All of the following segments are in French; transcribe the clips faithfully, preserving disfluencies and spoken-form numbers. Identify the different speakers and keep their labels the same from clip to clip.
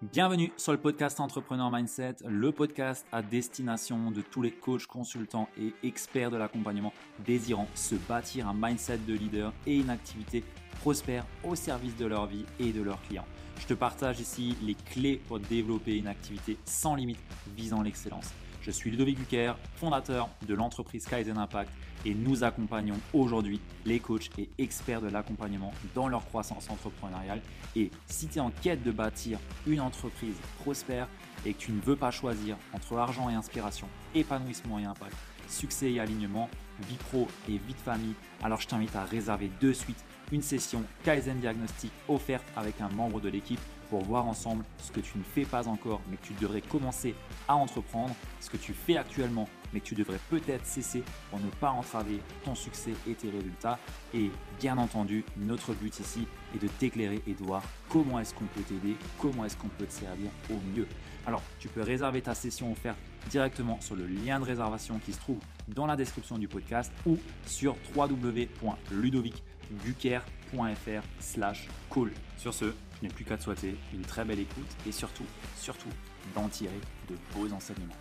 Speaker 1: Bienvenue sur le podcast Entrepreneur Mindset, le podcast à destination de tous les coachs, consultants et experts de l'accompagnement désirant se bâtir un mindset de leader et une activité prospère au service de leur vie et de leurs clients. Je te partage ici les clés pour développer une activité sans limite visant l'excellence. Je suis Ludovic Bucher, fondateur de l'entreprise Kaizen Impact et nous accompagnons aujourd'hui les coachs et experts de l'accompagnement dans leur croissance entrepreneuriale. Et si tu es en quête de bâtir une entreprise prospère et que tu ne veux pas choisir entre argent et inspiration, épanouissement et impact, succès et alignement, vie pro et vie de famille, alors je t'invite à réserver de suite une session Kaizen Diagnostic offerte avec un membre de l'équipe pour voir ensemble ce que tu ne fais pas encore mais que tu devrais commencer à entreprendre, ce que tu fais actuellement mais que tu devrais peut-être cesser pour ne pas entraver ton succès et tes résultats. Et bien entendu, notre but ici est de t'éclairer et de voir comment est-ce qu'on peut t'aider, comment est-ce qu'on peut te servir au mieux. Alors, tu peux réserver ta session offerte directement sur le lien de réservation qui se trouve dans la description du podcast ou sur w w w point ludovic bucher point f r slash call. Sur ce, je n'ai plus qu'à te souhaiter une très belle écoute et surtout, surtout, d'en tirer de beaux enseignements.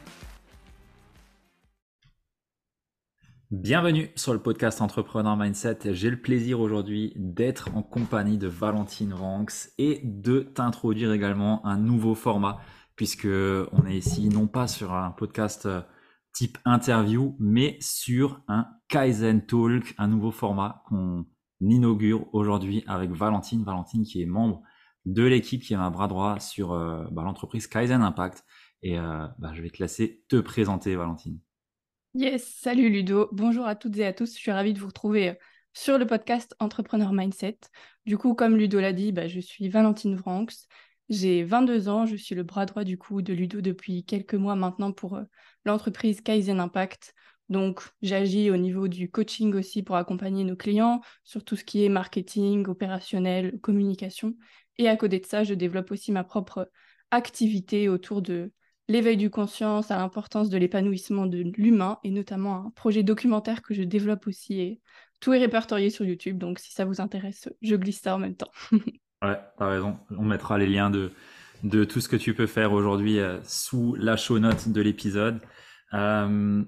Speaker 1: Bienvenue sur le podcast Entrepreneur Mindset. J'ai le plaisir aujourd'hui d'être en compagnie de Valentine Ranx et de t'introduire également un nouveau format puisque on est ici non pas sur un podcast type interview mais sur un Kaizen Talk, un nouveau format qu'on inaugure aujourd'hui avec Valentine. Valentine qui est membre de l'équipe, qui est un bras droit sur euh, bah, l'entreprise Kaizen Impact. Et euh, bah, je vais te laisser te présenter, Valentine.
Speaker 2: Yes, salut Ludo, bonjour à toutes et à tous, je suis ravie de vous retrouver sur le podcast Entrepreneur Mindset. Du coup, comme Ludo l'a dit, bah, je suis Valentine Ranx, j'ai vingt-deux ans, je suis le bras droit du coup de Ludo depuis quelques mois maintenant pour euh, l'entreprise Kaizen Impact. Donc, j'agis au niveau du coaching aussi pour accompagner nos clients sur tout ce qui est marketing, opérationnel, communication. Et à côté de ça, je développe aussi ma propre activité autour de l'éveil du conscience, à l'importance de l'épanouissement de l'humain et notamment un projet documentaire que je développe aussi et tout est répertorié sur YouTube, donc si ça vous intéresse, je glisse ça en même temps.
Speaker 1: Ouais, t'as raison. On mettra les liens de, de tout ce que tu peux faire aujourd'hui euh, sous la show note de l'épisode. Euh,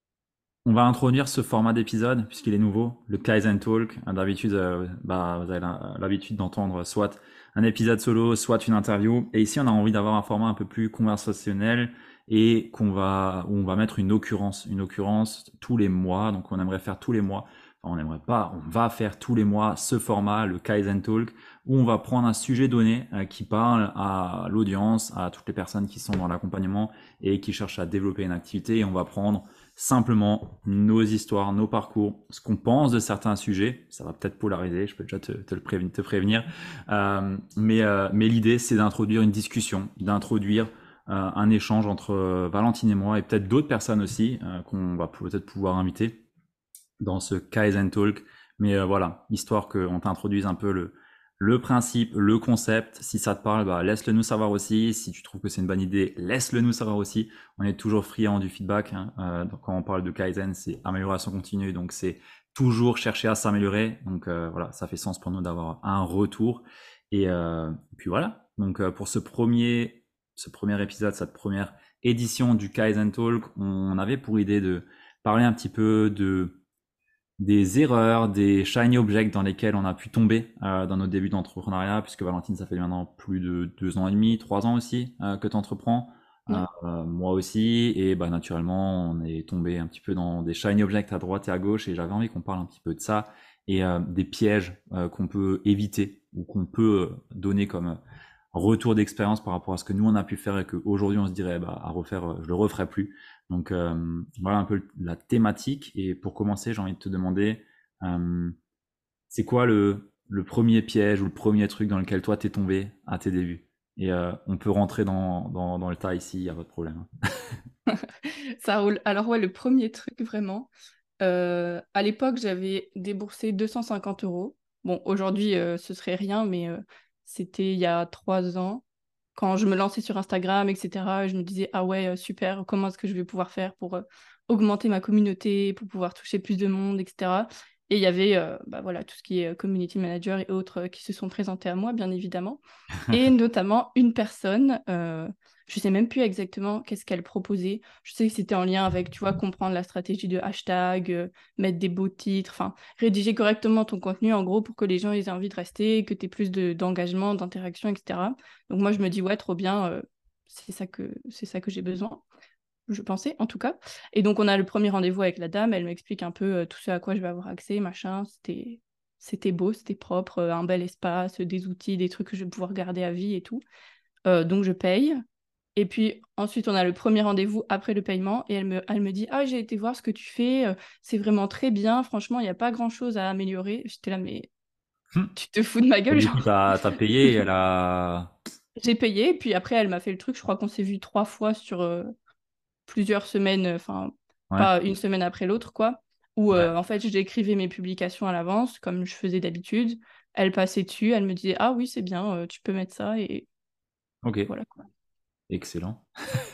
Speaker 1: on va introduire ce format d'épisode puisqu'il est nouveau, le Kaizen Talk. D'habitude, euh, bah, vous avez l'habitude d'entendre soit un épisode solo, soit une interview. Et ici, on a envie d'avoir un format un peu plus conversationnel et qu'on va, où on va mettre une occurrence, une occurrence tous les mois. Donc, on aimerait faire tous les mois. Enfin, on n'aimerait pas, on va faire tous les mois ce format, le Kaizen Talk, où on va prendre un sujet donné euh, qui parle à l'audience, à toutes les personnes qui sont dans l'accompagnement et qui cherchent à développer une activité. Et on va prendre simplement nos histoires, nos parcours, ce qu'on pense de certains sujets. Ça va peut-être polariser, je peux déjà te, te, le prévenir, te prévenir. Euh, mais euh, mais l'idée, c'est d'introduire une discussion, d'introduire euh, un échange entre euh, Valentine et moi et peut-être d'autres personnes aussi euh, qu'on va peut-être pouvoir inviter dans ce Kaizen Talk. Mais euh, voilà, histoire qu'on t'introduise un peu le, le principe, le concept. Si ça te parle, bah, laisse-le nous savoir aussi. Si tu trouves que c'est une bonne idée, laisse-le nous savoir aussi. On est toujours friand du feedback. Hein. Euh, donc quand on parle de Kaizen, c'est amélioration continue. Donc c'est toujours chercher à s'améliorer. Donc euh, voilà, ça fait sens pour nous d'avoir un retour. Et euh, puis voilà. Donc euh, pour ce premier, ce premier épisode, cette première édition du Kaizen Talk, on avait pour idée de parler un petit peu de des erreurs, des shiny objects dans lesquels on a pu tomber euh, dans nos débuts d'entrepreneuriat, puisque Valentine, ça fait maintenant plus de deux ans et demi, trois ans aussi euh, que tu entreprends,
Speaker 2: Ouais.
Speaker 1: euh, moi aussi, et bah naturellement, on est tombé un petit peu dans des shiny objects à droite et à gauche, et j'avais envie qu'on parle un petit peu de ça, et euh, des pièges euh, qu'on peut éviter, ou qu'on peut donner comme retour d'expérience par rapport à ce que nous on a pu faire, et qu'aujourd'hui on se dirait bah, à refaire, je le referai plus. Donc euh, voilà un peu la thématique. Et pour commencer, j'ai envie de te demander, euh, c'est quoi le, le premier piège ou le premier truc dans lequel toi t'es tombé à tes débuts? Et euh, on peut rentrer dans, dans, dans le tas ici, il n'y a pas de problème.
Speaker 2: Ça roule. Alors ouais, le premier truc vraiment, euh, à l'époque j'avais déboursé deux cent cinquante euros. Bon, aujourd'hui euh, ce serait rien, mais euh, c'était il y a trois ans. Quand je me lançais sur Instagram, et cetera, je me disais, ah ouais, euh, super, comment est-ce que je vais pouvoir faire pour euh, augmenter ma communauté, pour pouvoir toucher plus de monde, et cetera. Et il y avait euh, bah, voilà, tout ce qui est euh, community manager et autres euh, qui se sont présentés à moi, bien évidemment. Et notamment une personne, euh, je sais même plus exactement qu'est-ce qu'elle proposait. Je sais que c'était en lien avec, tu vois, comprendre la stratégie de hashtag, euh, mettre des beaux titres, enfin, rédiger correctement ton contenu, en gros, pour que les gens ils aient envie de rester, que tu aies plus de, d'engagement, d'interaction, et cetera. Donc moi, je me dis, ouais, trop bien, euh, c'est ça que, c'est ça que j'ai besoin, je pensais en tout cas. Et donc on a le premier rendez-vous avec la dame, elle m'explique un peu euh, tout ce à quoi je vais avoir accès, machin. C'était c'était beau, c'était propre, euh, un bel espace, des outils, des trucs que je vais pouvoir garder à vie et tout. Euh, donc je paye. Et puis ensuite on a le premier rendez-vous après le paiement et elle me, elle me dit ah j'ai été voir ce que tu fais, euh, c'est vraiment très bien, franchement il n'y a pas grand-chose à améliorer. J'étais là mais tu te fous de ma
Speaker 1: Et
Speaker 2: gueule
Speaker 1: du coup,
Speaker 2: genre.
Speaker 1: t'as, t'as payé, elle a...
Speaker 2: J'ai payé, puis après elle m'a fait le truc, je crois qu'on s'est vu trois fois sur, euh, plusieurs semaines, euh, enfin,
Speaker 1: Ouais,
Speaker 2: pas une semaine après l'autre, quoi, où
Speaker 1: ouais,
Speaker 2: euh, en fait, j'écrivais mes publications à l'avance, comme je faisais d'habitude. Elle passait dessus, elle me disait, ah oui, c'est bien, euh, tu peux mettre ça, et
Speaker 1: ok,
Speaker 2: voilà, quoi.
Speaker 1: excellent.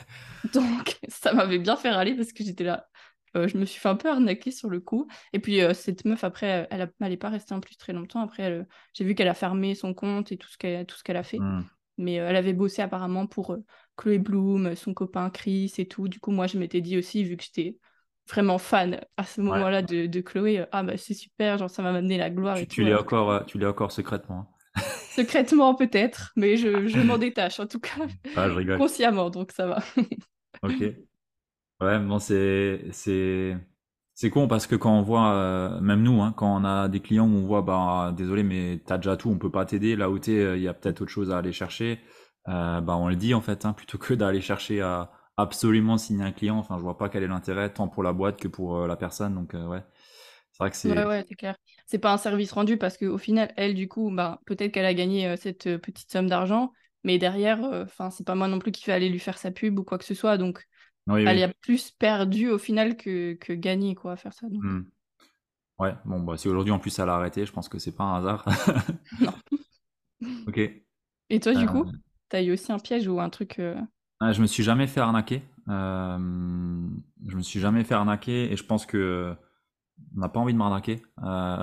Speaker 2: Donc, ça m'avait bien fait râler parce que j'étais là. Euh, je me suis fait un peu arnaquer sur le coup. Et puis, euh, cette meuf, après, elle n'allait pas rester en plus très longtemps. Après, elle- j'ai vu qu'elle a fermé son compte et tout ce qu'elle tout ce qu'elle a fait.
Speaker 1: Hmm.
Speaker 2: Mais euh, elle avait bossé apparemment pour euh, Chloé Bloom, son copain Chris et tout. Du coup, moi, je m'étais dit aussi, vu que j'étais vraiment fan à ce
Speaker 1: Ouais.
Speaker 2: moment-là de, de Chloé, euh, ah bah c'est super, genre ça m'a amené la gloire et
Speaker 1: Tu,
Speaker 2: tout.
Speaker 1: tu l'es
Speaker 2: Alors que
Speaker 1: encore, euh, tu l'es encore secrètement, hein.
Speaker 2: secrètement, peut-être, mais je, je m'en détache, en tout cas,
Speaker 1: Ah, je rigole.
Speaker 2: consciemment, donc ça va.
Speaker 1: Ok. Ouais, bon, c'est, c'est, c'est con parce que quand on voit, euh, même nous, hein, quand on a des clients où on voit, bah, désolé, mais t'as déjà tout, on peut pas t'aider. Là où t'es, euh, il y a peut-être autre chose à aller chercher. Euh, bah, on le dit en fait, hein, plutôt que d'aller chercher à absolument signer un client. Enfin, je vois pas quel est l'intérêt, tant pour la boîte que pour euh, la personne. Donc, euh, ouais, c'est vrai que
Speaker 2: Ouais,
Speaker 1: c'est,
Speaker 2: ouais, c'est clair. C'est pas un service rendu parce qu'au final, elle, du coup, bah, peut-être qu'elle a gagné euh, cette euh, petite somme d'argent, mais derrière, enfin, c'est pas moi non plus qui vais aller lui faire sa pub ou quoi que ce soit. Donc,
Speaker 1: oui,
Speaker 2: elle y
Speaker 1: oui.
Speaker 2: a plus perdu au final que, que gagné, quoi, à faire ça. Donc,
Speaker 1: Hmm. Ouais, bon, bah, si aujourd'hui en plus elle a arrêté, je pense que c'est pas un hasard.
Speaker 2: non.
Speaker 1: Ok.
Speaker 2: Et toi, du coup,
Speaker 1: Euh,
Speaker 2: t'as eu aussi un piège ou un truc. euh,
Speaker 1: Ah, je me suis jamais fait arnaquer. Euh, je me suis jamais fait arnaquer et je pense que on n'a pas envie de m'arnaquer. Euh...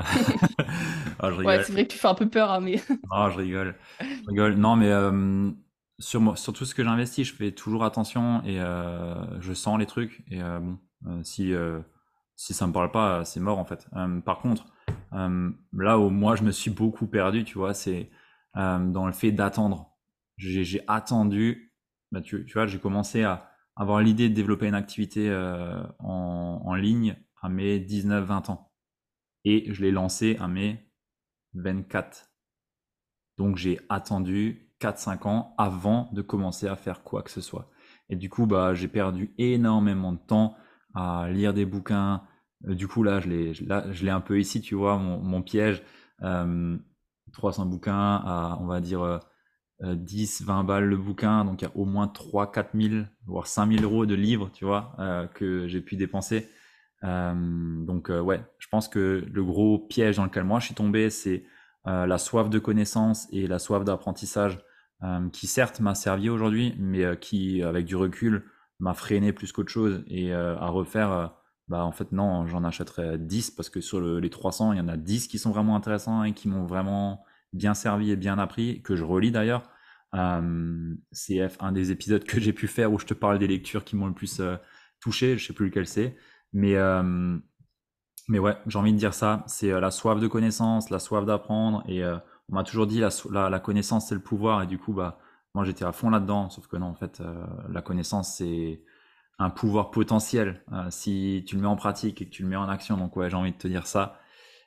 Speaker 1: Ah, je
Speaker 2: Ouais,
Speaker 1: rigole.
Speaker 2: c'est vrai que tu fais un peu peur, hein, mais.
Speaker 1: Ah, je rigole. Je rigole. Non, mais euh, sur moi, sur tout ce que j'investis, je fais toujours attention et euh, je sens les trucs. Et euh, bon, euh, si euh, si ça me parle pas, c'est mort en fait. Euh, par contre, euh, là où moi je me suis beaucoup perdu, tu vois, c'est euh, dans le fait d'attendre. J'ai j'ai attendu. Bah, tu, tu vois, j'ai commencé à avoir l'idée de développer une activité euh, en, en ligne à mes dix-neuf vingt ans. Et je l'ai lancé à mes vingt-quatre. Donc j'ai attendu quatre cinq ans avant de commencer à faire quoi que ce soit. Et du coup, bah, j'ai perdu énormément de temps à lire des bouquins. Euh, Du coup, là, je l'ai, là, je l'ai un peu ici, tu vois, mon, mon piège. Euh, trois cents bouquins à, on va dire, euh, euh, dix, vingt balles le bouquin. Donc, il y a au moins trois, quatre mille, voire cinq mille euros de livres, tu vois, euh, que j'ai pu dépenser. Euh, donc, euh, ouais, je pense que le gros piège dans lequel moi je suis tombé, c'est euh, la soif de connaissance et la soif d'apprentissage euh, qui certes m'a servi aujourd'hui, mais euh, qui, avec du recul, m'a freiné plus qu'autre chose. Et euh, à refaire, euh, bah en fait non, j'en achèterais dix parce que sur le- les trois cents, il y en a dix qui sont vraiment intéressants et qui m'ont vraiment bien servi et bien appris, que je relis d'ailleurs. Euh, c'est un des épisodes que j'ai pu faire où je te parle des lectures qui m'ont le plus euh, touché, je sais plus lequel c'est. Mais euh, mais ouais, j'ai envie de dire ça, c'est euh, la soif de connaissance, la soif d'apprendre, et euh, on m'a toujours dit la, so- la, la connaissance c'est le pouvoir, et du coup bah moi j'étais à fond là-dedans, sauf que non en fait euh, la connaissance c'est un pouvoir potentiel euh, si tu le mets en pratique et que tu le mets en action, donc ouais j'ai envie de te dire ça.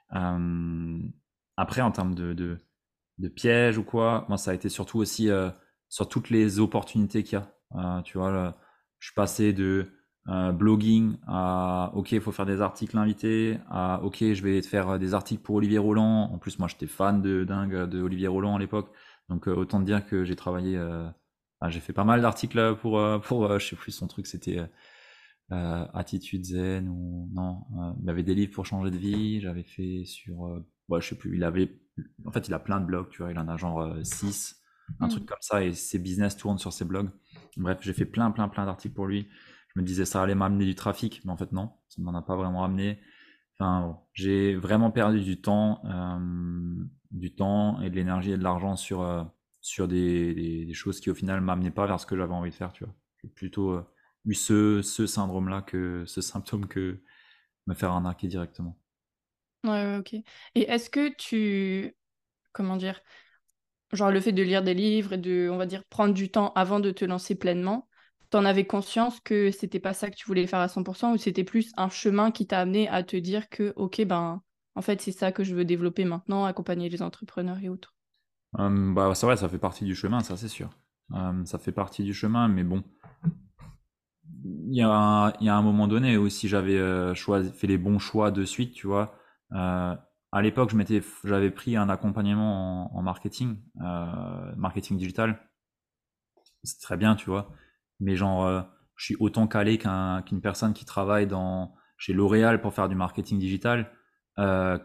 Speaker 1: Euh, Après en termes de, de, de pièges ou quoi, moi ça a été surtout aussi euh, sur toutes les opportunités qu'il y a. Euh, tu vois, là, je suis passé de euh, blogging à ok, il faut faire des articles invités, à ok, je vais faire des articles pour Olivier Roland. En plus, moi j'étais fan de dingue de Olivier Roland à l'époque, donc euh, autant te dire que j'ai travaillé, euh, ah, j'ai fait pas mal d'articles pour euh, pour euh, je sais plus son truc, c'était euh, euh, Attitude Zen ou non, euh, il avait des livres pour changer de vie, j'avais fait sur euh, ouais, je sais plus, il avait en fait il a plein de blogs, tu vois, il en a genre euh, six, un truc
Speaker 2: Hmm.
Speaker 1: comme ça, et ses business tournent sur ses blogs. Bref, j'ai fait plein plein plein d'articles pour lui. Je me disais ça allait m'amener du trafic, mais en fait non, ça m'en a pas vraiment amené. Enfin, bon, j'ai vraiment perdu du temps, euh, du temps et de l'énergie et de l'argent sur, euh, sur des, des, des choses qui au final m'amenaient pas vers ce que j'avais envie de faire, tu vois. J'ai plutôt euh, eu ce, ce syndrome-là que ce symptôme que me faire arnaquer directement.
Speaker 2: Ouais, ouais, ok. Et est-ce que tu, comment dire, genre le fait de lire des livres et de, on va dire, prendre du temps avant de te lancer pleinement, t'en avais conscience que c'était pas ça que tu voulais faire à cent pour cent ou c'était plus un chemin qui t'a amené à te dire que, ok, ben, en fait, c'est ça que je veux développer maintenant, accompagner les entrepreneurs et autres.
Speaker 1: Euh, bah, c'est vrai, ça fait partie du chemin, ça c'est sûr. Euh, ça fait partie du chemin, mais bon, il y a un, il y a un moment donné où si j'avais euh, choisi, fait les bons choix de suite, tu vois. Euh, à l'époque, je m'étais, j'avais pris un accompagnement en, en marketing, euh, marketing digital. C'est très bien, tu vois. Mais genre, euh, je suis autant calé qu'un, qu'une personne qui travaille dans, chez L'Oréal pour faire du marketing digital, euh,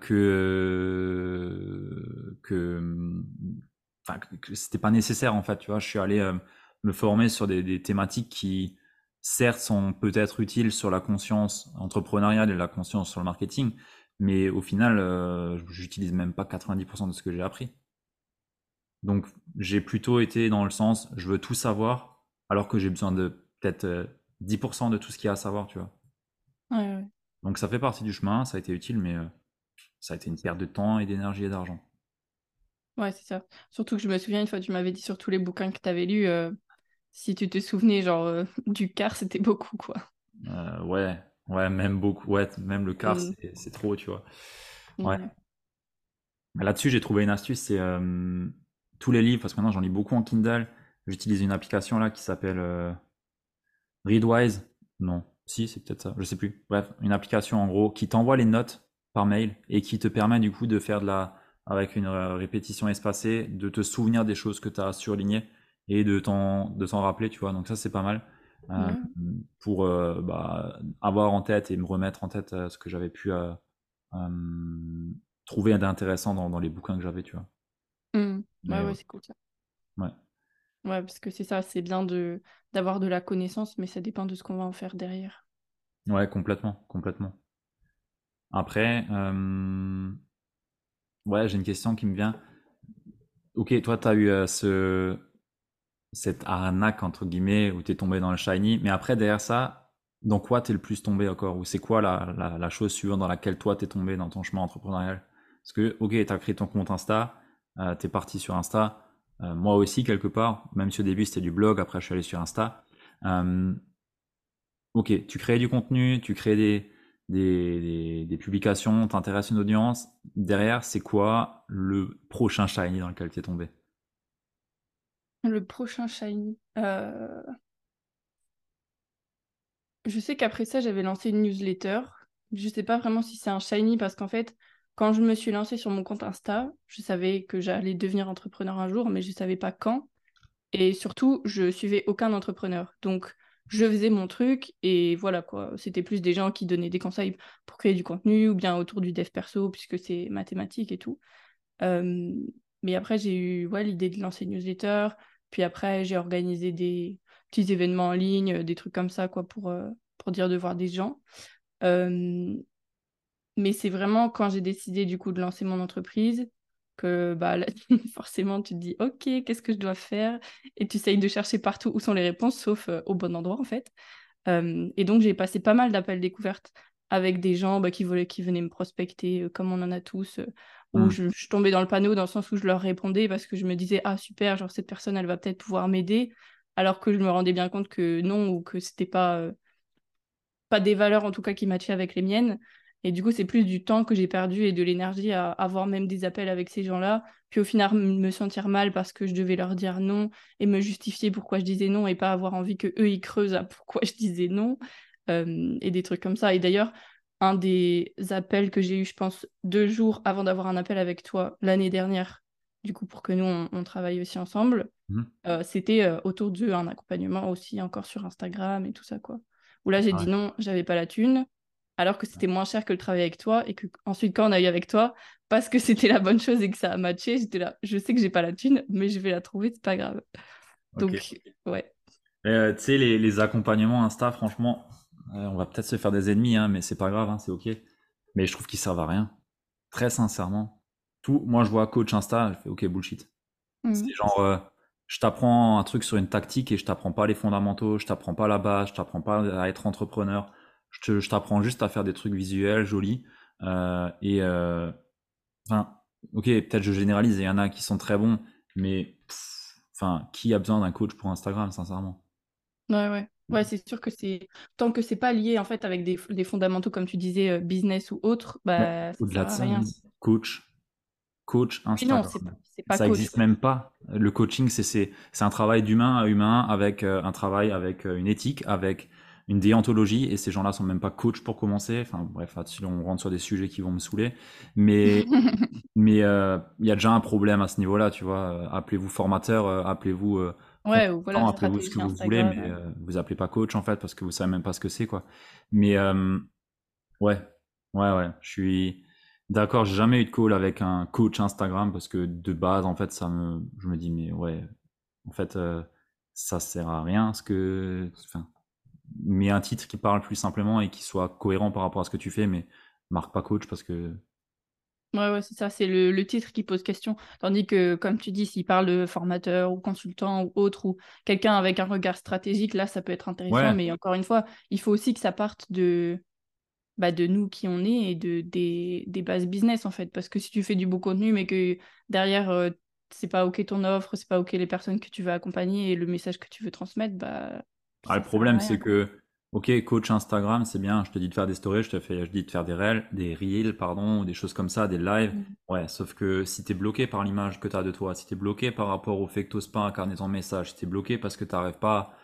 Speaker 1: que, que, enfin, que, que c'était pas nécessaire en fait, tu vois. Je suis allé euh, me former sur des, des thématiques qui, certes, sont peut-être utiles sur la conscience entrepreneuriale et la conscience sur le marketing, mais au final, euh, j'utilise même pas quatre-vingt-dix pour cent de ce que j'ai appris. Donc, j'ai plutôt été dans le sens, je veux tout savoir, alors que j'ai besoin de peut-être euh, dix pour cent de tout ce qu'il y a à savoir, tu vois.
Speaker 2: Ouais, ouais.
Speaker 1: Donc, ça fait partie du chemin, ça a été utile, mais euh, ça a été une perte de temps et d'énergie et d'argent.
Speaker 2: Ouais, c'est ça. Surtout que je me souviens, une fois, tu m'avais dit sur tous les bouquins que tu avais lus, euh, si tu te souvenais, genre, euh, du quart, c'était beaucoup, quoi.
Speaker 1: Euh, ouais, ouais, même beaucoup, ouais, même le quart,
Speaker 2: Mm.
Speaker 1: c'est c'est trop, tu vois. Ouais.
Speaker 2: Ouais.
Speaker 1: Là-dessus, j'ai trouvé une astuce, c'est euh, tous les livres, parce que maintenant j'en lis beaucoup en Kindle. J'utilise une application là qui s'appelle euh, Readwise. Non, si, c'est peut-être ça, je sais plus. Bref, une application en gros qui t'envoie les notes par mail et qui te permet du coup de faire de la, avec une euh, répétition espacée, de te souvenir des choses que tu as surlignées et de t'en de t'en rappeler, tu vois. Donc ça, c'est pas mal euh,
Speaker 2: Ouais.
Speaker 1: pour euh, bah, avoir en tête et me remettre en tête euh, ce que j'avais pu euh, euh, trouver d'intéressant dans, dans les bouquins que j'avais, tu vois.
Speaker 2: Mm. Ouais,
Speaker 1: Mais
Speaker 2: ouais,
Speaker 1: ouais,
Speaker 2: c'est cool ça.
Speaker 1: ouais,
Speaker 2: Ouais, parce que c'est ça, c'est bien de d'avoir de la connaissance, mais ça dépend de ce qu'on va en faire derrière.
Speaker 1: ouais, complètement, complètement. Après, euh, ouais, j'ai une question qui me vient. Ok, toi, tu as eu euh, ce, cette arnaque, entre guillemets, où tu es tombé dans le shiny, mais après, derrière ça, dans quoi tu es le plus tombé encore? Ou c'est quoi la, la, la chose suivante dans laquelle toi, tu es tombé dans ton chemin entrepreneurial? Parce que, ok, tu as créé ton compte Insta, euh, tu es parti sur Insta, euh, moi aussi, quelque part, même si au début, c'était du blog, après, je suis allé sur Insta. Euh, ok, tu crées du contenu, tu crées des, des, des, des publications, t'intéresses une audience. Derrière, c'est quoi le prochain shiny dans lequel tu es tombé?
Speaker 2: Le prochain Shiny. euh, Je sais qu'après ça, j'avais lancé une newsletter. Je sais pas vraiment si c'est un Shiny parce qu'en fait, quand je me suis lancée sur mon compte Insta, je savais que j'allais devenir entrepreneur un jour, mais je savais pas quand. Et surtout, je suivais aucun entrepreneur. Donc, je faisais mon truc et voilà quoi. C'était plus des gens qui donnaient des conseils pour créer du contenu ou bien autour du dev perso puisque c'est mathématique et tout. Euh, mais après, j'ai eu ouais, l'idée de lancer une newsletter. Puis après, j'ai organisé des petits événements en ligne, des trucs comme ça, quoi, pour, euh, pour dire de voir des gens. Euh, mais c'est vraiment quand j'ai décidé, du coup, de lancer mon entreprise que bah, là, forcément, tu te dis, OK, qu'est-ce que je dois faire? Et tu essayes de chercher partout où sont les réponses, sauf euh, au bon endroit, en fait. Euh, et donc, j'ai passé pas mal d'appels découvertes avec des gens bah, qui, voulaient, qui venaient me prospecter, euh, comme on en a tous, euh, où
Speaker 1: Hmm.
Speaker 2: je, je tombais dans le panneau dans le sens où je leur répondais parce que je me disais, ah super, genre cette personne, elle va peut-être pouvoir m'aider, alors que je me rendais bien compte que non, ou que c'était pas, euh, pas des valeurs en tout cas qui matchaient avec les miennes. Et du coup, c'est plus du temps que j'ai perdu et de l'énergie à avoir même des appels avec ces gens-là, puis au final m- me sentir mal parce que je devais leur dire non et me justifier pourquoi je disais non et pas avoir envie que eux ils creusent à pourquoi je disais non euh, et des trucs comme ça. Et d'ailleurs, un des appels que j'ai eu, je pense, deux jours avant d'avoir un appel avec toi l'année dernière, du coup pour que nous on, on travaille aussi ensemble,
Speaker 1: Hmm.
Speaker 2: euh, c'était euh, autour d'un accompagnement aussi encore sur Instagram et tout ça quoi. Où là j'ai
Speaker 1: Ah
Speaker 2: dit
Speaker 1: ouais.
Speaker 2: non, j'avais pas la thune, alors que c'était moins cher que le travail avec toi et que ensuite quand on a eu avec toi, parce que c'était la bonne chose et que ça a matché, j'étais là, je sais que j'ai pas la thune, mais je vais la trouver, c'est pas grave.
Speaker 1: Ok.
Speaker 2: Donc ouais,
Speaker 1: Euh, tu sais, les, les accompagnements Insta, franchement, euh, on va peut-être se faire des ennemis, hein, mais c'est pas grave, hein, c'est ok. mais je trouve qu'ils servent à rien. Très sincèrement. Tout, moi, je vois coach Insta, je fais OK, bullshit. C'est
Speaker 2: Mhm.
Speaker 1: genre, euh, je t'apprends un truc sur une tactique et je t'apprends pas les fondamentaux, je t'apprends pas la base, je t'apprends pas à être entrepreneur. Je te, je t'apprends juste à faire des trucs visuels, jolis. Euh, et euh, enfin, ok, peut-être je généralise et il y en a qui sont très bons, mais pff, enfin, qui a besoin d'un coach pour Instagram, sincèrement?
Speaker 2: Ouais, ouais. Ouais, c'est sûr que c'est tant que c'est pas lié en fait avec des, des fondamentaux comme tu disais euh, business ou autre,
Speaker 1: Mais
Speaker 2: bah ça
Speaker 1: au-delà
Speaker 2: sert
Speaker 1: de
Speaker 2: à
Speaker 1: ça,
Speaker 2: rien.
Speaker 1: même, coach, coach
Speaker 2: Oui, non, c'est pas
Speaker 1: Instagram.
Speaker 2: c'est pas
Speaker 1: Ça
Speaker 2: coach.
Speaker 1: existe même pas. Le coaching, c'est c'est c'est un travail d'humain à humain avec euh, un travail avec euh, une éthique, avec une déontologie. Et ces gens-là sont même pas coachs pour commencer. Enfin bref, là-dessus, on rentre sur des sujets qui vont me saouler. Mais mais euh, il y a déjà un problème à ce niveau-là, tu vois. Euh, Appelez-vous formateur, euh, appelez-vous euh,
Speaker 2: Ouais, ou voilà,
Speaker 1: consultant, appelez-vous ce que
Speaker 2: stratégie
Speaker 1: vous voulez, mais
Speaker 2: Instagram.
Speaker 1: euh, vous appelez pas coach en fait parce que vous savez même pas ce que c'est quoi. Mais euh, ouais, ouais, ouais. Je suis d'accord. J'ai jamais eu de call avec un coach Instagram parce que de base, en fait, ça me, je me dis, mais ouais, en fait, euh, ça sert à rien. Ce que, enfin, mets un titre qui parle plus simplement et qui soit cohérent par rapport à ce que tu fais, mais marque pas coach parce que,
Speaker 2: Ouais, ouais, c'est ça, c'est le, le titre qui pose question. Tandis que, comme tu dis, s'il parle de formateur ou consultant ou autre, ou quelqu'un avec un regard stratégique, là, ça peut être intéressant.
Speaker 1: ouais.
Speaker 2: Mais encore une fois, il faut aussi que ça parte de, bah, de nous qui on est et de, des, des bases business, en fait. Parce que si tu fais du beau contenu, mais que derrière, euh, c'est pas OK ton offre, c'est pas OK les personnes que tu veux accompagner et le message que tu veux transmettre, bah,
Speaker 1: Ah, le
Speaker 2: ça sert à
Speaker 1: problème, c'est
Speaker 2: rien, quoi.
Speaker 1: que, ok, coach Instagram, c'est bien, je te dis de faire des stories, je te fais, je dis de faire des reels, des reels, pardon, ou des choses comme ça, des lives.
Speaker 2: Mm.
Speaker 1: Ouais, sauf que si t'es bloqué par l'image que t'as de toi, si t'es bloqué par rapport au fait que t'oses pas incarner ton message, si t'es bloqué parce que t'arrives pas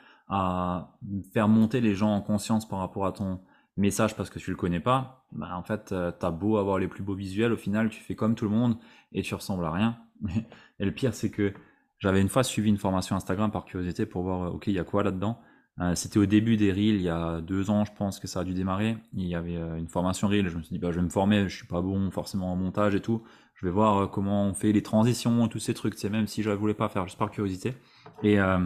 Speaker 1: à faire monter les gens en conscience par rapport à ton message parce que tu le connais pas, bah, en fait, euh, t'as beau avoir les plus beaux visuels, au final, tu fais comme tout le monde et tu ressembles à rien. Et le pire, c'est que j'avais une fois suivi une formation Instagram par curiosité pour voir, euh, ok, il y a quoi là-dedans? Euh, c'était au début des Reels, il y a deux ans, je pense que ça a dû démarrer. Il y avait euh, une formation Reel. Je me suis dit, bah, je vais me former, je suis pas bon forcément en montage et tout. Je vais voir euh, comment on fait les transitions, tous ces trucs, c'est même si je ne voulais pas faire, juste par curiosité. Et euh,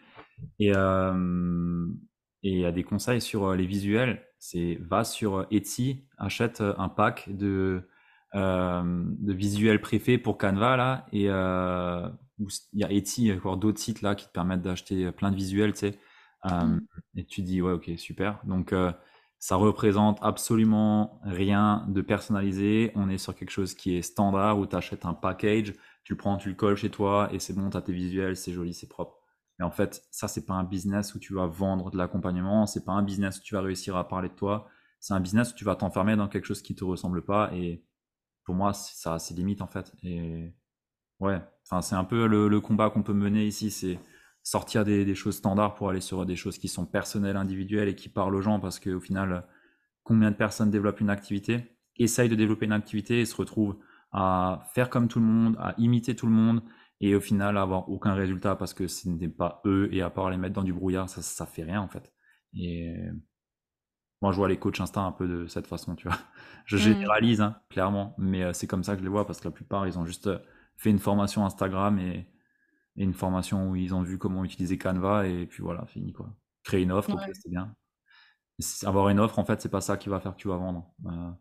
Speaker 1: et euh, et il y a des conseils sur euh, les visuels. C'est va sur euh, Etsy, achète euh, un pack de euh, de visuels préfaits pour Canva là, et euh, où il y a Etsy, il y a encore d'autres sites là qui te permettent d'acheter plein de visuels, tu sais. Euh,
Speaker 2: Mm.
Speaker 1: et tu dis ouais, ok, super. Donc euh, ça représente absolument rien de personnalisé. On est sur quelque chose qui est standard où tu achètes un package, tu le prends, tu le colles chez toi et c'est bon, tu as tes visuels, c'est joli, c'est propre. Mais en fait, ça, c'est pas un business où tu vas vendre de l'accompagnement, c'est pas un business où tu vas réussir à parler de toi, c'est un business où tu vas t'enfermer dans quelque chose qui te ressemble pas. Et pour moi, ça a ses limites en fait. Et ouais, enfin, c'est un peu le, le combat qu'on peut mener ici, c'est sortir des, des choses standards pour aller sur des choses qui sont personnelles, individuelles et qui parlent aux gens parce qu'au final, combien de personnes développent une activité, essayent de développer une activité et se retrouvent à faire comme tout le monde, à imiter tout le monde et au final à avoir aucun résultat parce que ce n'est pas eux et à part les mettre dans du brouillard, ça, ça fait rien en fait. Et moi je vois les coachs Insta un peu de cette façon, tu vois. Je
Speaker 2: Mm.
Speaker 1: généralise hein, clairement, mais euh, c'est comme ça que je les vois parce que la plupart ils ont juste euh, fait une formation Instagram et, et une formation où ils ont vu comment utiliser Canva et puis voilà, fini quoi. Créer une offre, ok,
Speaker 2: Ouais.
Speaker 1: c'est bien. Mais avoir une offre, en fait, c'est pas ça qui va faire que tu vas vendre. Euh,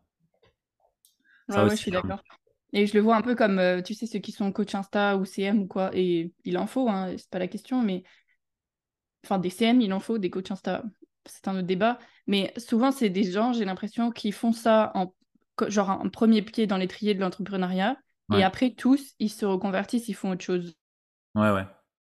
Speaker 1: ça
Speaker 2: Ouais, ouais, je
Speaker 1: aussi,
Speaker 2: suis
Speaker 1: hein.
Speaker 2: d'accord. Et je le vois un peu comme, euh, tu sais, ceux qui sont coach Insta ou C M ou quoi. Et il en faut, hein, c'est pas la question, mais enfin, des C M, il en faut, des coachs Insta, c'est un autre débat. Mais souvent, c'est des gens, j'ai l'impression, qui font ça en co- genre un premier pied dans l'étrier de l'entrepreneuriat. Et
Speaker 1: Ouais,
Speaker 2: après, tous, ils se reconvertissent, ils font autre chose.
Speaker 1: ouais, ouais.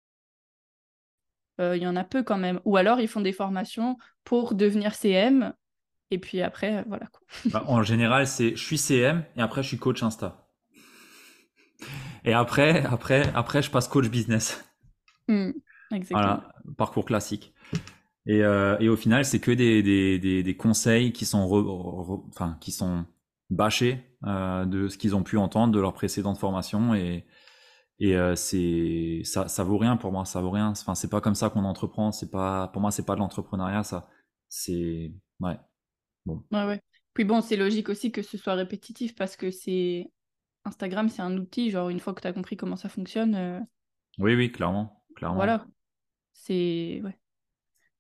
Speaker 2: Euh, Il y en a peu quand même. Ou alors, ils font des formations pour devenir C M. Et puis après, euh, voilà quoi.
Speaker 1: Bah, en général, c'est je suis C M et après je suis coach Insta. Et après, après, après, je passe coach business.
Speaker 2: Mm, exactement.
Speaker 1: Voilà, parcours classique. Et, euh, et au final, c'est que des, des, des, des conseils qui sont, re- re- enfin, qui sont bâchés euh, de ce qu'ils ont pu entendre de leur précédente formation et, et euh, c'est ça, ça vaut rien pour moi, ça vaut rien. Enfin, c'est pas comme ça qu'on entreprend. C'est pas, pour moi, c'est pas de l'entrepreneuriat, ça. C'est ouais. Bon.
Speaker 2: Ouais, ouais. Puis bon, c'est logique aussi que ce soit répétitif parce que c'est Instagram, c'est un outil. Genre, une fois que tu as compris comment ça fonctionne, euh,
Speaker 1: Oui, oui, clairement, clairement.
Speaker 2: voilà. C'est. Ouais.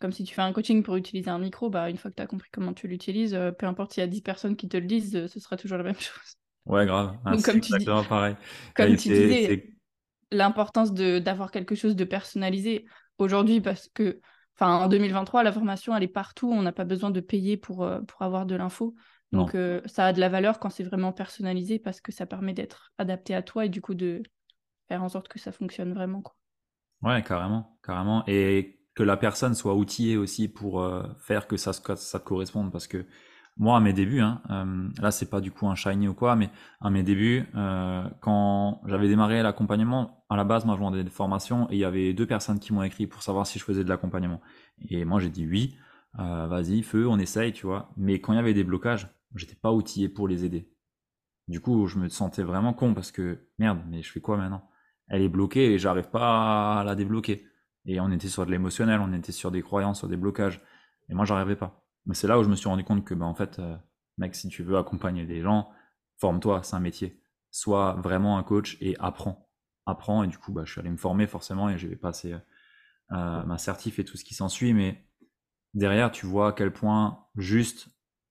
Speaker 2: comme si tu fais un coaching pour utiliser un micro, bah, une fois que tu as compris comment tu l'utilises, euh, peu importe s'il y a dix personnes qui te le disent, euh, ce sera toujours la même chose.
Speaker 1: Ouais, grave. Ah,
Speaker 2: Donc,
Speaker 1: c'est
Speaker 2: comme tu dis,
Speaker 1: exactement pareil.
Speaker 2: comme
Speaker 1: Et
Speaker 2: tu
Speaker 1: c'est,
Speaker 2: disais,
Speaker 1: c'est...
Speaker 2: l'importance de d'avoir quelque chose de personnalisé aujourd'hui parce que, enfin, en deux mille vingt-trois, la formation, elle est partout. On n'a pas besoin de payer pour, euh, pour avoir de l'info. Donc,
Speaker 1: Non.
Speaker 2: euh, ça a de la valeur quand c'est vraiment personnalisé parce que ça permet d'être adapté à toi et du coup de faire en sorte que ça fonctionne vraiment, quoi.
Speaker 1: Ouais, carrément, carrément. Et que la personne soit outillée aussi pour euh, faire que ça, se- ça te corresponde. Parce que moi, à mes débuts, hein, euh, là, c'est pas du coup un shiny ou quoi, mais à mes débuts, euh, quand j'avais démarré l'accompagnement, à la base, moi, je vendais des formations et il y avait deux personnes qui m'ont écrit pour savoir si je faisais de l'accompagnement. Et moi, j'ai dit oui, euh, vas-y, feu, on essaye, tu vois. Mais quand il y avait des blocages, j'étais pas outillé pour les aider. Du coup, je me sentais vraiment con parce que merde, mais je fais quoi maintenant? Elle est bloquée et j'arrive pas à la débloquer. Et on était sur de l'émotionnel, on était sur des croyances, sur des blocages. Et moi, j'arrivais pas. Mais c'est là où je me suis rendu compte que, bah, en fait, euh, mec, si tu veux accompagner des gens, forme-toi, c'est un métier. Sois vraiment un coach et apprends. Apprends. Et du coup, bah, je suis allé me former forcément et je vais passer euh, ma certif et tout ce qui s'ensuit. Mais derrière, tu vois à quel point juste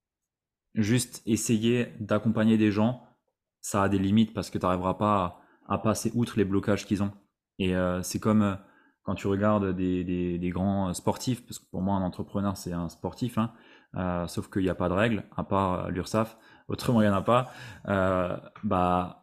Speaker 1: Juste essayer d'accompagner des gens, ça a des limites parce que tu n'arriveras pas à, à passer outre les blocages qu'ils ont. Et euh, c'est comme euh, quand tu regardes des, des, des grands sportifs, parce que pour moi un entrepreneur c'est un sportif, hein, euh, sauf qu'il n'y a pas de règles, à part euh, l'URSSAF, autrement il n'y en a pas. Euh, bah,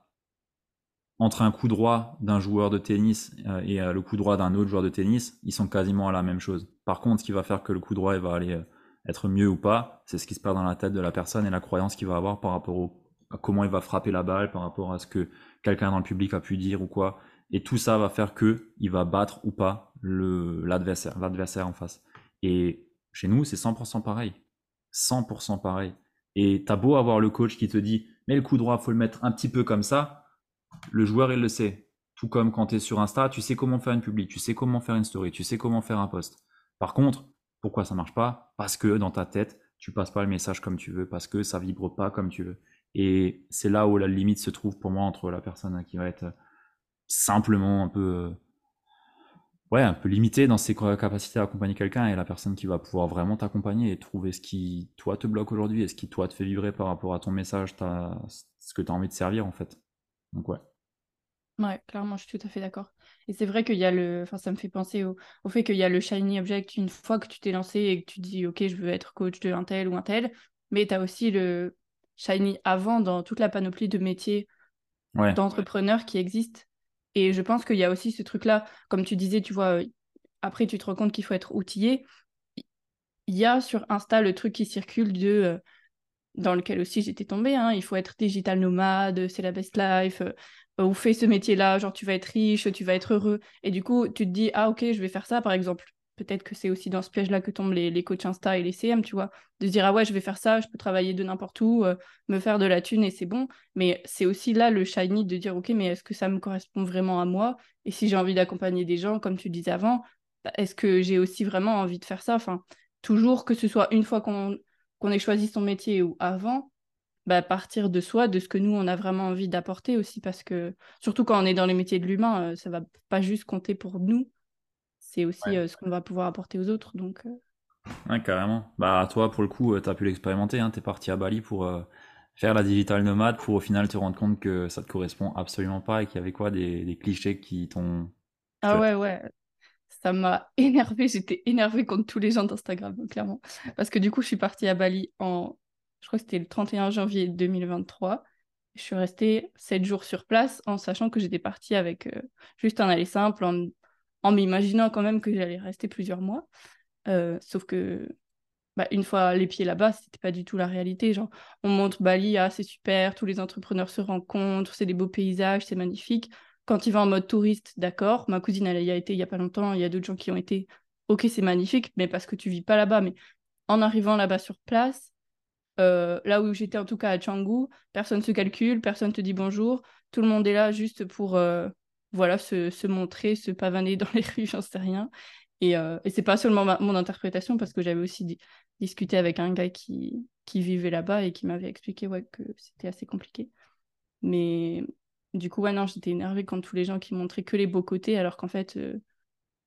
Speaker 1: entre un coup droit d'un joueur de tennis euh, et euh, le coup droit d'un autre joueur de tennis, ils sont quasiment à la même chose. Par contre, ce qui va faire que le coup droit il va aller euh, être mieux ou pas, c'est ce qui se passe dans la tête de la personne et la croyance qu'il va avoir par rapport au, à comment il va frapper la balle, par rapport à ce que quelqu'un dans le public a pu dire ou quoi. Et tout ça va faire que il va battre ou pas le l'adversaire, l'adversaire en face. Et chez nous, c'est cent pour cent pareil. cent pour cent pareil. Et t'as beau avoir le coach qui te dit, mais le coup droit, faut le mettre un petit peu comme ça, le joueur, il le sait. Tout comme quand tu es sur Insta, tu sais comment faire une publi, tu sais comment faire une story, tu sais comment faire un post. Par contre, pourquoi ça marche pas? Parce que dans ta tête, tu passes pas le message comme tu veux, parce que ça vibre pas comme tu veux. Et c'est là où la limite se trouve pour moi entre la personne qui va être simplement un peu, euh, ouais, un peu limitée dans ses capacités à accompagner quelqu'un et la personne qui va pouvoir vraiment t'accompagner et trouver ce qui, toi, te bloque aujourd'hui et ce qui, toi, te fait vibrer par rapport à ton message, ta, ce que tu as envie de servir, en fait. Donc, ouais.
Speaker 2: Ouais, clairement, je suis tout à fait d'accord. Et c'est vrai qu'il y a le, enfin, ça me fait penser au, au fait qu'il y a le shiny object une fois que tu t'es lancé et que tu dis, OK, je veux être coach de un tel ou un tel, mais tu as aussi le shiny avant dans toute la panoplie de métiers
Speaker 1: Ouais.
Speaker 2: d'entrepreneurs qui existent. Et je pense qu'il y a aussi ce truc-là, comme tu disais, tu vois, euh, après tu te rends compte qu'il faut être outillé. Il y a sur Insta le truc qui circule de, euh, dans lequel aussi j'étais tombée, hein, il faut être digital nomade, c'est la best life, euh, ou fais ce métier-là, genre tu vas être riche, tu vas être heureux. Et du coup, tu te dis, ah ok, je vais faire ça, par exemple. Peut-être que c'est aussi dans ce piège-là que tombent les, les coachs Insta et les C M, tu vois. De se dire, ah ouais, je vais faire ça, je peux travailler de n'importe où, euh, me faire de la thune et c'est bon. Mais c'est aussi là le shiny de dire, ok, mais est-ce que ça me correspond vraiment à moi? Et si j'ai envie d'accompagner des gens, comme tu disais avant, bah, est-ce que j'ai aussi vraiment envie de faire ça? Enfin, toujours que ce soit une fois qu'on qu'on ait choisi son métier ou avant, bah, partir de soi, de ce que nous, on a vraiment envie d'apporter aussi, parce que surtout quand on est dans les métiers de l'humain, euh, ça va pas juste compter pour nous, c'est aussi
Speaker 1: Ouais.
Speaker 2: euh, ce qu'on va pouvoir apporter aux autres. Donc, euh,
Speaker 1: Ouais, carrément. Bah, toi, pour le coup, euh, t'as pu l'expérimenter, hein. T'es parti à Bali pour euh, faire la digital nomade pour au final te rendre compte que ça te correspond absolument pas et qu'il y avait quoi, des, des clichés qui t'ont
Speaker 2: ah
Speaker 1: fait.
Speaker 2: ouais, ouais, ça m'a énervée, j'étais énervée contre tous les gens d'Instagram, clairement. Parce que du coup, je suis partie à Bali en, je crois que c'était le trente et un janvier deux mille vingt-trois. Je suis restée sept jours sur place en sachant que j'étais partie avec euh, juste un aller simple, en, en m'imaginant quand même que j'allais rester plusieurs mois. Euh, sauf que bah, une fois les pieds là-bas, c'était pas du tout la réalité. Genre, on montre Bali, ah, c'est super, tous les entrepreneurs se rencontrent, c'est des beaux paysages, c'est magnifique. Quand il va en mode touriste, d'accord. Ma cousine, elle y a été il y a pas longtemps, il y a d'autres gens qui ont été. Ok, c'est magnifique, mais parce que tu vis pas là-bas. Mais en arrivant là-bas sur place, euh, là où j'étais en tout cas à Canggu, personne se calcule, personne te dit bonjour. Tout le monde est là juste pour euh, voilà, se, se montrer, se pavaner dans les rues, j'en sais rien. Et, euh, et c'est pas seulement ma- mon interprétation, parce que j'avais aussi di- discuté avec un gars qui, qui vivait là-bas et qui m'avait expliqué ouais, que c'était assez compliqué. Mais du coup, ouais, non, j'étais énervée quand tous les gens qui montraient que les beaux côtés, alors qu'en fait, euh,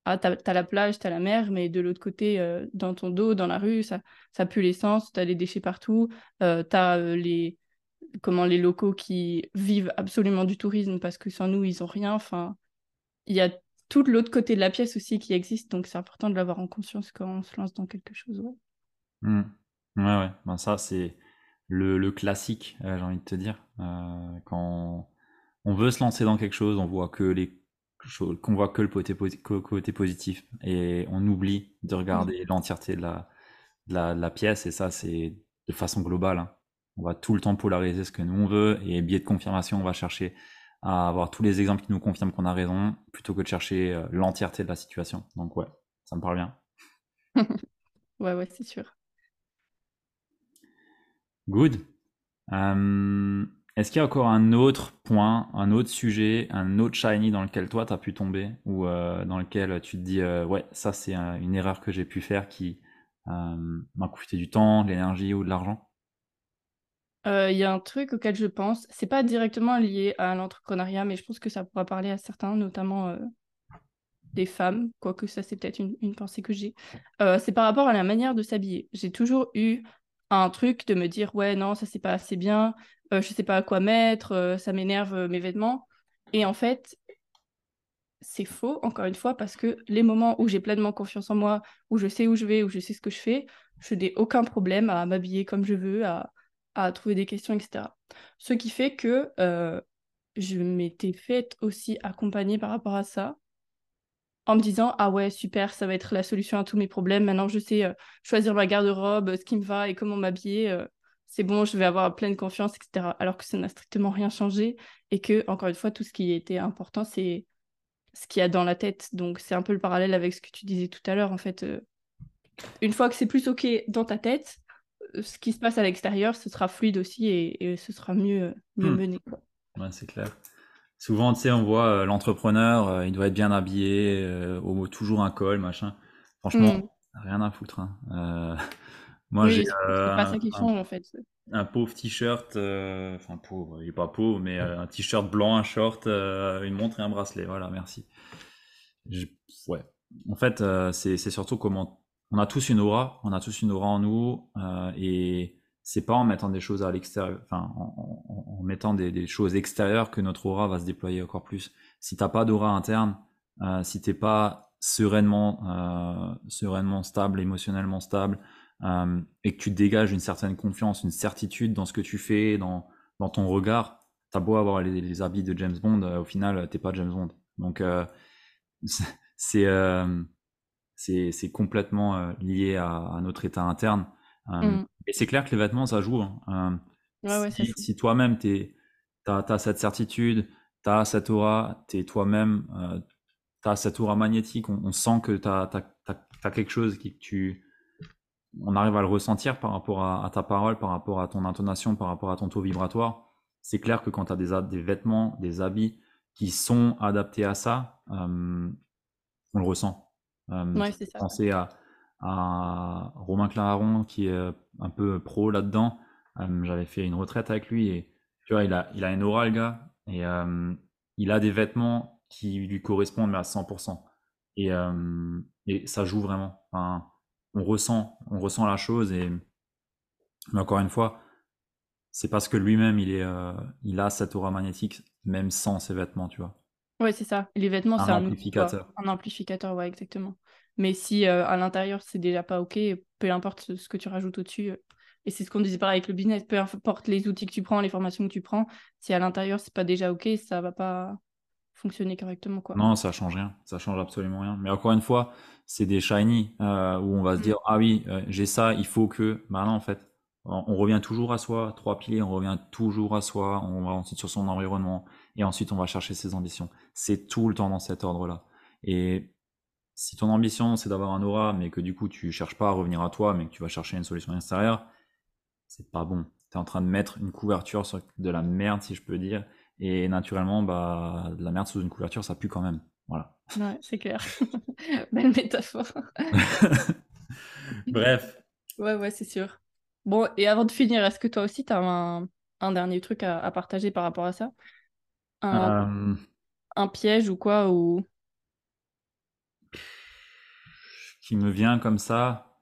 Speaker 2: ah, t'as, t'as la plage, t'as la mer, mais de l'autre côté, euh, dans ton dos, dans la rue, ça, ça pue l'essence, t'as des déchets partout, euh, t'as euh, les, comment, les locaux qui vivent absolument du tourisme parce que sans nous, ils ont rien. Enfin, il y a tout l'autre côté de la pièce aussi qui existe, donc c'est important de l'avoir en conscience quand on se lance dans quelque chose. Ouais.
Speaker 1: Hmm. Ouais, ouais. Ben, ça, c'est le, le classique, euh, j'ai envie de te dire. Euh, quand on veut se lancer dans quelque chose, on voit que les choses, qu'on voit que le côté, posi- co- côté positif et on oublie de
Speaker 2: Mm.
Speaker 1: regarder l'entièreté de la, de la, de la pièce et ça, c'est de façon globale, hein. On va tout le temps polariser ce que nous on veut et biais de confirmation, on va chercher à avoir tous les exemples qui nous confirment qu'on a raison plutôt que de chercher euh, l'entièreté de la situation. Donc ouais, ça me parle bien.
Speaker 2: Ouais, ouais, c'est sûr.
Speaker 1: Good. Euh, Est-ce qu'il y a encore un autre point, un autre sujet, un autre shiny dans lequel toi t'as pu tomber ou euh, dans lequel tu te dis euh, ouais, ça c'est euh, une erreur que j'ai pu faire qui euh, m'a coûté du temps, de l'énergie ou de l'argent?
Speaker 2: Euh, Il y a un truc auquel je pense, c'est pas directement lié à l'entrepreneuriat, mais je pense que ça pourra parler à certains, notamment euh, des femmes, quoique ça c'est peut-être une, une pensée que j'ai. Euh, c'est par rapport à la manière de s'habiller. J'ai toujours eu un truc de me dire, ouais, non, ça c'est pas assez bien, euh, je sais pas à quoi mettre, euh, ça m'énerve euh, mes vêtements. Et en fait, c'est faux, encore une fois, parce que les moments où j'ai pleinement confiance en moi, où je sais où je vais, où je sais ce que je fais, je n'ai aucun problème à m'habiller comme je veux, à, à trouver des questions, et cetera. Ce qui fait que euh, je m'étais faite aussi accompagner par rapport à ça, en me disant, ah ouais, super, ça va être la solution à tous mes problèmes. Maintenant, je sais euh, choisir ma garde-robe, ce qui me va et comment m'habiller. euh, c'est bon, je vais avoir pleine confiance, et cetera. Alors que ça n'a strictement rien changé et que, encore une fois, tout ce qui était important, c'est ce qu'il y a dans la tête. Donc, c'est un peu le parallèle avec ce que tu disais tout à l'heure. En fait, euh, une fois que c'est plus OK dans ta tête, euh, ce qui se passe à l'extérieur, ce sera fluide aussi et, et ce sera mieux, mieux
Speaker 1: Hmm.
Speaker 2: mené, quoi.
Speaker 1: Ouais, c'est clair. Souvent, tu sais, on voit euh, l'entrepreneur, euh, il doit être bien habillé, euh, au- toujours un col, machin.
Speaker 2: Hmm.
Speaker 1: Franchement, rien à foutre, hein. Euh, moi, j'ai
Speaker 2: Oui, c'est c'est
Speaker 1: euh,
Speaker 2: pas
Speaker 1: un,
Speaker 2: ça qui
Speaker 1: un-
Speaker 2: change, en fait.
Speaker 1: un pauvre t-shirt, euh, enfin pauvre, il est pas pauvre, mais euh, un t-shirt blanc, un short, euh, une montre et un bracelet. Voilà, merci. Je- ouais. En fait, euh, c'est c'est surtout comment on a tous une aura, on a tous une aura en nous, euh, et c'est pas en mettant des choses à l'extérieur, enfin en, en- en mettant des, des choses extérieures que notre aura va se déployer encore plus. Si t'as pas d'aura interne, euh, si t'es pas sereinement, euh, sereinement stable, émotionnellement stable, euh, et que tu dégages une certaine confiance, une certitude dans ce que tu fais, dans dans ton regard, t'as beau avoir les, les habits de James Bond, euh, au final t'es pas James Bond. Donc euh, c'est euh, c'est c'est complètement euh, lié à, à notre état interne. Euh,
Speaker 2: Hmm.
Speaker 1: et c'est clair que les vêtements, ça joue, hein. Euh,
Speaker 2: Ouais, ouais, ça
Speaker 1: si,
Speaker 2: joue.
Speaker 1: si toi-même, t'es, t'as, t'as cette certitude, t'as cette aura, t'es toi-même, euh, t'as cette aura magnétique, on, on sent que t'as, t'as, t'as, t'as quelque chose qui, que tu, on arrive à le ressentir par rapport à, à ta parole, par rapport à ton intonation, par rapport à ton taux vibratoire. C'est clair que quand tu as des, des vêtements, des habits qui sont adaptés à ça, euh, on le ressent. Euh,
Speaker 2: Ouais,
Speaker 1: ça
Speaker 2: c'est
Speaker 1: fait
Speaker 2: ça.
Speaker 1: penser à, à Romain Clararon qui est euh, un peu pro là-dedans. Euh, j'avais fait une retraite avec lui et tu vois, il a, il a une aura, le gars, et euh, il a des vêtements qui lui correspondent mais à cent pour cent. Et, euh, et ça joue vraiment. Enfin, on ressent, on ressent la chose et mais encore une fois, c'est parce que lui-même il est, euh, il a cette aura magnétique même sans ses vêtements, tu vois.
Speaker 2: Ouais, c'est ça. Les vêtements,
Speaker 1: Un
Speaker 2: c'est un outil, quoi.
Speaker 1: amplificateur.
Speaker 2: Un amplificateur, ouais, exactement. Mais si euh, à l'intérieur, c'est déjà pas OK, peu importe ce, ce que tu rajoutes au-dessus, euh, et c'est ce qu'on disait pareil avec le business, peu importe les outils que tu prends, les formations que tu prends, si à l'intérieur, c'est pas déjà OK, ça va pas fonctionner correctement, quoi.
Speaker 1: Non, ça change rien, ça change absolument rien. Mais encore une fois, c'est des shiny euh, où on va se
Speaker 2: Mm.
Speaker 1: dire ah oui, euh, j'ai ça, il faut que. Bah non, en fait, on, on revient toujours à soi, trois piliers, on revient toujours à soi, on va ensuite sur son environnement et ensuite on va chercher ses ambitions. C'est tout le temps dans cet ordre-là. Et si ton ambition c'est d'avoir un aura, mais que du coup tu cherches pas à revenir à toi, mais que tu vas chercher une solution extérieure, c'est pas bon. T'es en train de mettre une couverture sur de la merde, si je peux dire, et naturellement, bah de la merde sous une couverture, ça pue quand même. Voilà.
Speaker 2: Ouais, c'est clair. Belle métaphore.
Speaker 1: Bref,
Speaker 2: Ouais, ouais, c'est sûr. Bon, et avant de finir, est-ce que toi aussi, tu as un, un dernier truc à, à partager par rapport à ça? Un,
Speaker 1: euh,
Speaker 2: un piège ou quoi ou...
Speaker 1: qui me vient comme ça.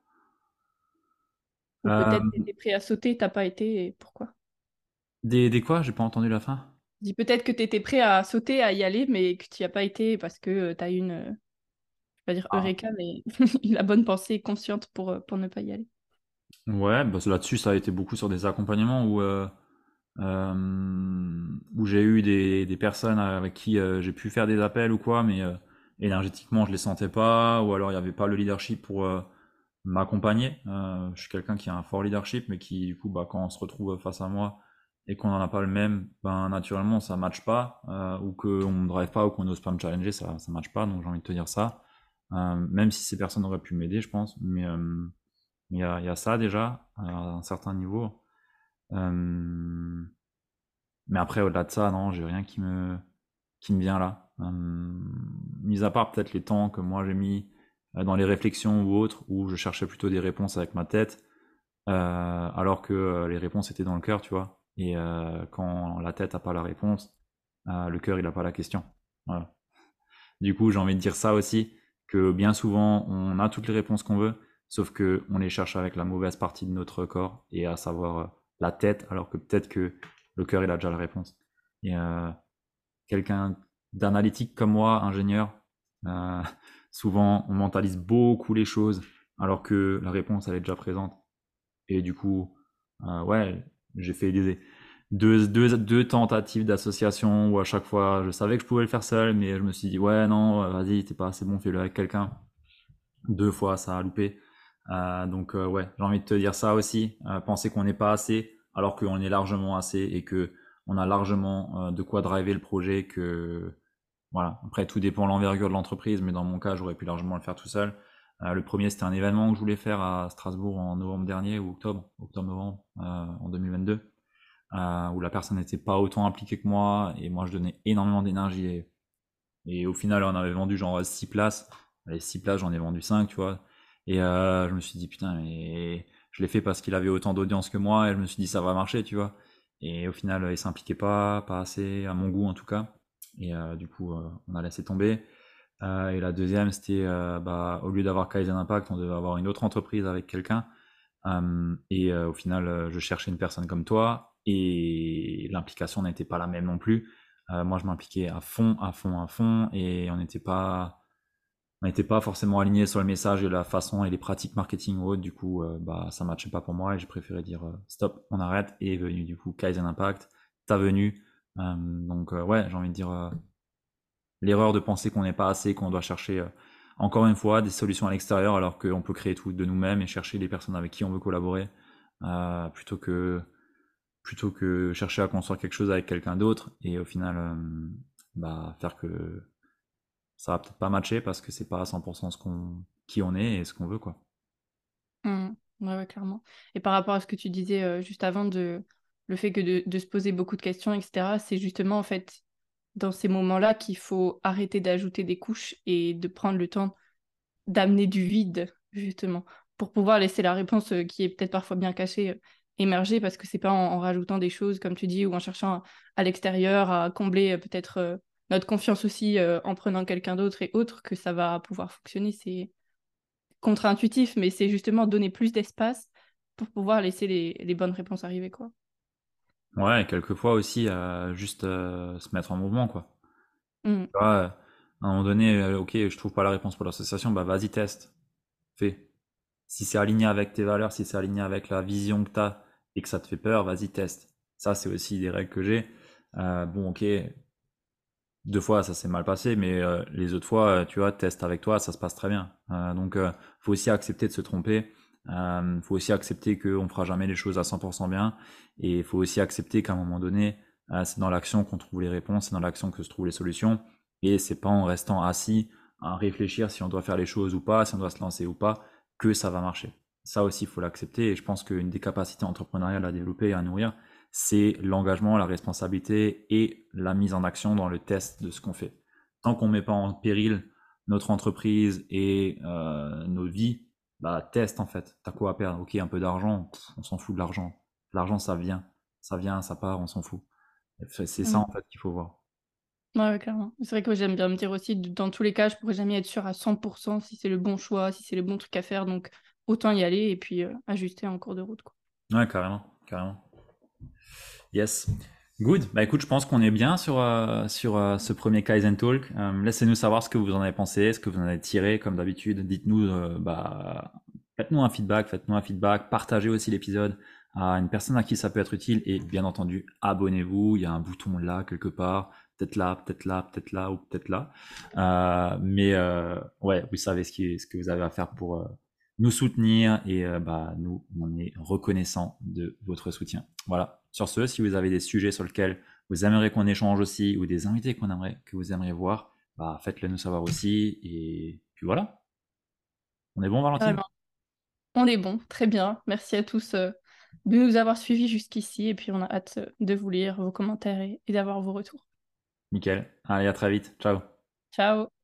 Speaker 2: Ou
Speaker 1: Euh,
Speaker 2: peut-être tu étais prêt à sauter, t'as pas été, et pourquoi?
Speaker 1: des, des quoi? J'ai pas entendu la fin.
Speaker 2: Je dis peut-être que tu étais prêt à sauter, à y aller, mais que tu n'y as pas été parce que tu as une, euh, je vais pas dire
Speaker 1: Ah.
Speaker 2: Eureka, mais la bonne pensée consciente pour, euh, pour ne pas y aller.
Speaker 1: Ouais, bah, là-dessus, ça a été beaucoup sur des accompagnements où, euh, euh, où j'ai eu des, des personnes avec qui euh, j'ai pu faire des appels ou quoi, mais euh, énergétiquement, je les sentais pas, ou alors il n'y avait pas le leadership pour euh, m'accompagner. Euh, je suis quelqu'un qui a un fort leadership, mais qui, du coup, bah, quand on se retrouve face à moi et qu'on n'en a pas le même, ben, naturellement, ça matche pas, euh, ou qu'on ne drive pas, ou qu'on n'ose pas me challenger, ça, ça matche pas, donc j'ai envie de te dire ça. Euh, même si ces personnes auraient pu m'aider, je pense, mais euh, il y a, il y a ça déjà, à un certain niveau. Euh, mais après, au-delà de ça, non, j'ai rien qui me, qui me vient là. Euh, mis à part peut-être les temps que moi j'ai mis euh, dans les réflexions ou autres, où je cherchais plutôt des réponses avec ma tête, euh, alors que euh, les réponses étaient dans le cœur, tu vois. Et euh, quand la tête a pas la réponse, euh, le cœur il a pas la question. Voilà. Du coup, j'ai envie de dire ça aussi, que bien souvent, on a toutes les réponses qu'on veut, sauf que on les cherche avec la mauvaise partie de notre corps, et à savoir euh, la tête, alors que peut-être que le cœur, il a déjà la réponse. Et euh, quelqu'un d'analytique comme moi, ingénieur, euh, souvent, on mentalise beaucoup les choses, alors que la réponse, elle est déjà présente. Et du coup, euh, ouais, j'ai fait des, deux, deux, deux tentatives d'association où à chaque fois, je savais que je pouvais le faire seul, mais je me suis dit, ouais, non, vas-y, t'es pas assez bon, fais-le avec quelqu'un. Deux fois, ça a loupé. Euh, donc, euh, ouais, j'ai envie de te dire ça aussi. Euh, penser qu'on n'est pas assez, alors qu'on est largement assez et que on a largement euh, de quoi driver le projet. Que voilà. Après, tout dépend de l'envergure de l'entreprise, mais dans mon cas, j'aurais pu largement le faire tout seul. Euh, le premier, c'était un événement que je voulais faire à Strasbourg en novembre dernier, ou octobre, octobre-novembre, euh, en deux mille vingt-deux, euh, où la personne n'était pas autant impliquée que moi, et moi, je donnais énormément d'énergie. Et, et au final, on avait vendu genre six places. Les six places, j'en ai vendu cinq, tu vois. Et euh, je me suis dit, putain, mais je l'ai fait parce qu'il avait autant d'audience que moi, et je me suis dit, ça va marcher, tu vois. Et au final, il s'impliquait pas, pas assez, à mon goût en tout cas. Et euh, du coup, euh, on a laissé tomber. Euh, et la deuxième, c'était, euh, bah, au lieu d'avoir Kaizen Impact, on devait avoir une autre entreprise avec quelqu'un. Euh, et euh, au final, euh, je cherchais une personne comme toi, et l'implication n'était pas la même non plus. Euh, moi, je m'impliquais à fond, à fond, à fond, et on n'était pas, on n'était pas forcément alignés sur le message et la façon et les pratiques marketing ou autres. Du coup, euh, bah, ça matchait pas pour moi, et j'ai préféré dire euh, stop, on arrête. Et est venu du coup Kaizen Impact, ta venue. Euh, donc euh, ouais, j'ai envie de dire euh, l'erreur de penser qu'on n'est pas assez, qu'on doit chercher euh, encore une fois des solutions à l'extérieur, alors qu'on peut créer tout de nous-mêmes et chercher les personnes avec qui on veut collaborer, euh, plutôt que plutôt que chercher à construire quelque chose avec quelqu'un d'autre, et au final euh, bah, faire que ça va peut-être pas matcher parce que c'est pas à cent pour cent ce qu'on qui on est et ce qu'on veut, quoi.
Speaker 2: Hmm. Ouais, ouais, clairement. Et par rapport à ce que tu disais euh, juste avant de le fait que de, de se poser beaucoup de questions, et cetera, c'est justement en fait dans ces moments-là qu'il faut arrêter d'ajouter des couches et de prendre le temps d'amener du vide, justement, pour pouvoir laisser la réponse euh, qui est peut-être parfois bien cachée euh, émerger, parce que c'est pas en, en rajoutant des choses, comme tu dis, ou en cherchant à, à l'extérieur à combler euh, peut-être euh, notre confiance aussi euh, en prenant quelqu'un d'autre et autre que ça va pouvoir fonctionner. C'est contre-intuitif, mais c'est justement donner plus d'espace pour pouvoir laisser les, les bonnes réponses arriver, quoi.
Speaker 1: Ouais, et quelquefois aussi euh, juste euh, se mettre en mouvement, quoi.
Speaker 2: Mm.
Speaker 1: Tu vois, euh, à un moment donné, euh, ok, je trouve pas la réponse pour l'association, bah vas-y, teste, fais. Si c'est aligné avec tes valeurs, si c'est aligné avec la vision que tu as et que ça te fait peur, vas-y, teste. Ça, c'est aussi des règles que j'ai. Euh, bon, ok, deux fois, ça s'est mal passé, mais euh, les autres fois, euh, tu vois, teste avec toi, ça se passe très bien. Euh, donc, euh, faut aussi accepter de se tromper. Euh, faut aussi accepter qu'on fera jamais les choses à cent pour cent bien. Et il faut aussi accepter qu'à un moment donné, euh, c'est dans l'action qu'on trouve les réponses, c'est dans l'action que se trouvent les solutions. Et c'est pas en restant assis à réfléchir si on doit faire les choses ou pas, si on doit se lancer ou pas, que ça va marcher. Ça aussi, il faut l'accepter. Et je pense qu'une des capacités entrepreneuriales à développer et à nourrir, c'est l'engagement, la responsabilité et la mise en action dans le test de ce qu'on fait. Tant qu'on ne met pas en péril notre entreprise et euh, nos vies, bah teste en fait. T'as quoi à perdre? Ok, un peu d'argent, on s'en fout de l'argent. L'argent, ça vient, ça vient, ça part, on s'en fout. C'est ça
Speaker 2: Mm.
Speaker 1: en fait qu'il faut voir.
Speaker 2: Ouais, ouais, clairement. C'est vrai que j'aime bien me dire aussi, d- dans tous les cas, je pourrais jamais être sûre à cent pour cent si c'est le bon choix, si c'est le bon truc à faire. Donc, autant y aller et puis euh, ajuster en cours de route, quoi.
Speaker 1: Ouais, carrément, carrément. Yes. Good. Bah écoute, je pense qu'on est bien sur, euh, sur euh, ce premier Kaizen Talk. Euh, laissez-nous savoir ce que vous en avez pensé, ce que vous en avez tiré, comme d'habitude. Dites-nous, euh, bah, faites-nous un feedback, faites-nous un feedback. Partagez aussi l'épisode à une personne à qui ça peut être utile. Et bien entendu, abonnez-vous. Il y a un bouton là, quelque part. Peut-être là, peut-être là, peut-être là ou peut-être là. Euh, mais euh, ouais, vous savez ce, qui, ce que vous avez à faire pour euh, nous soutenir. Et euh, bah, nous, on est reconnaissants de votre soutien. Voilà. Sur ce, si vous avez des sujets sur lesquels vous aimeriez qu'on échange aussi, ou des invités qu'on aimerait, que vous aimeriez voir, bah, faites-le nous savoir aussi. Et puis voilà. On est bon, Valentine?
Speaker 2: Carrément. On est bon, très bien. Merci à tous euh, de nous avoir suivis jusqu'ici et puis on a hâte euh, de vous lire vos commentaires et et d'avoir vos retours.
Speaker 1: Nickel. Allez, à très vite. Ciao.
Speaker 2: Ciao!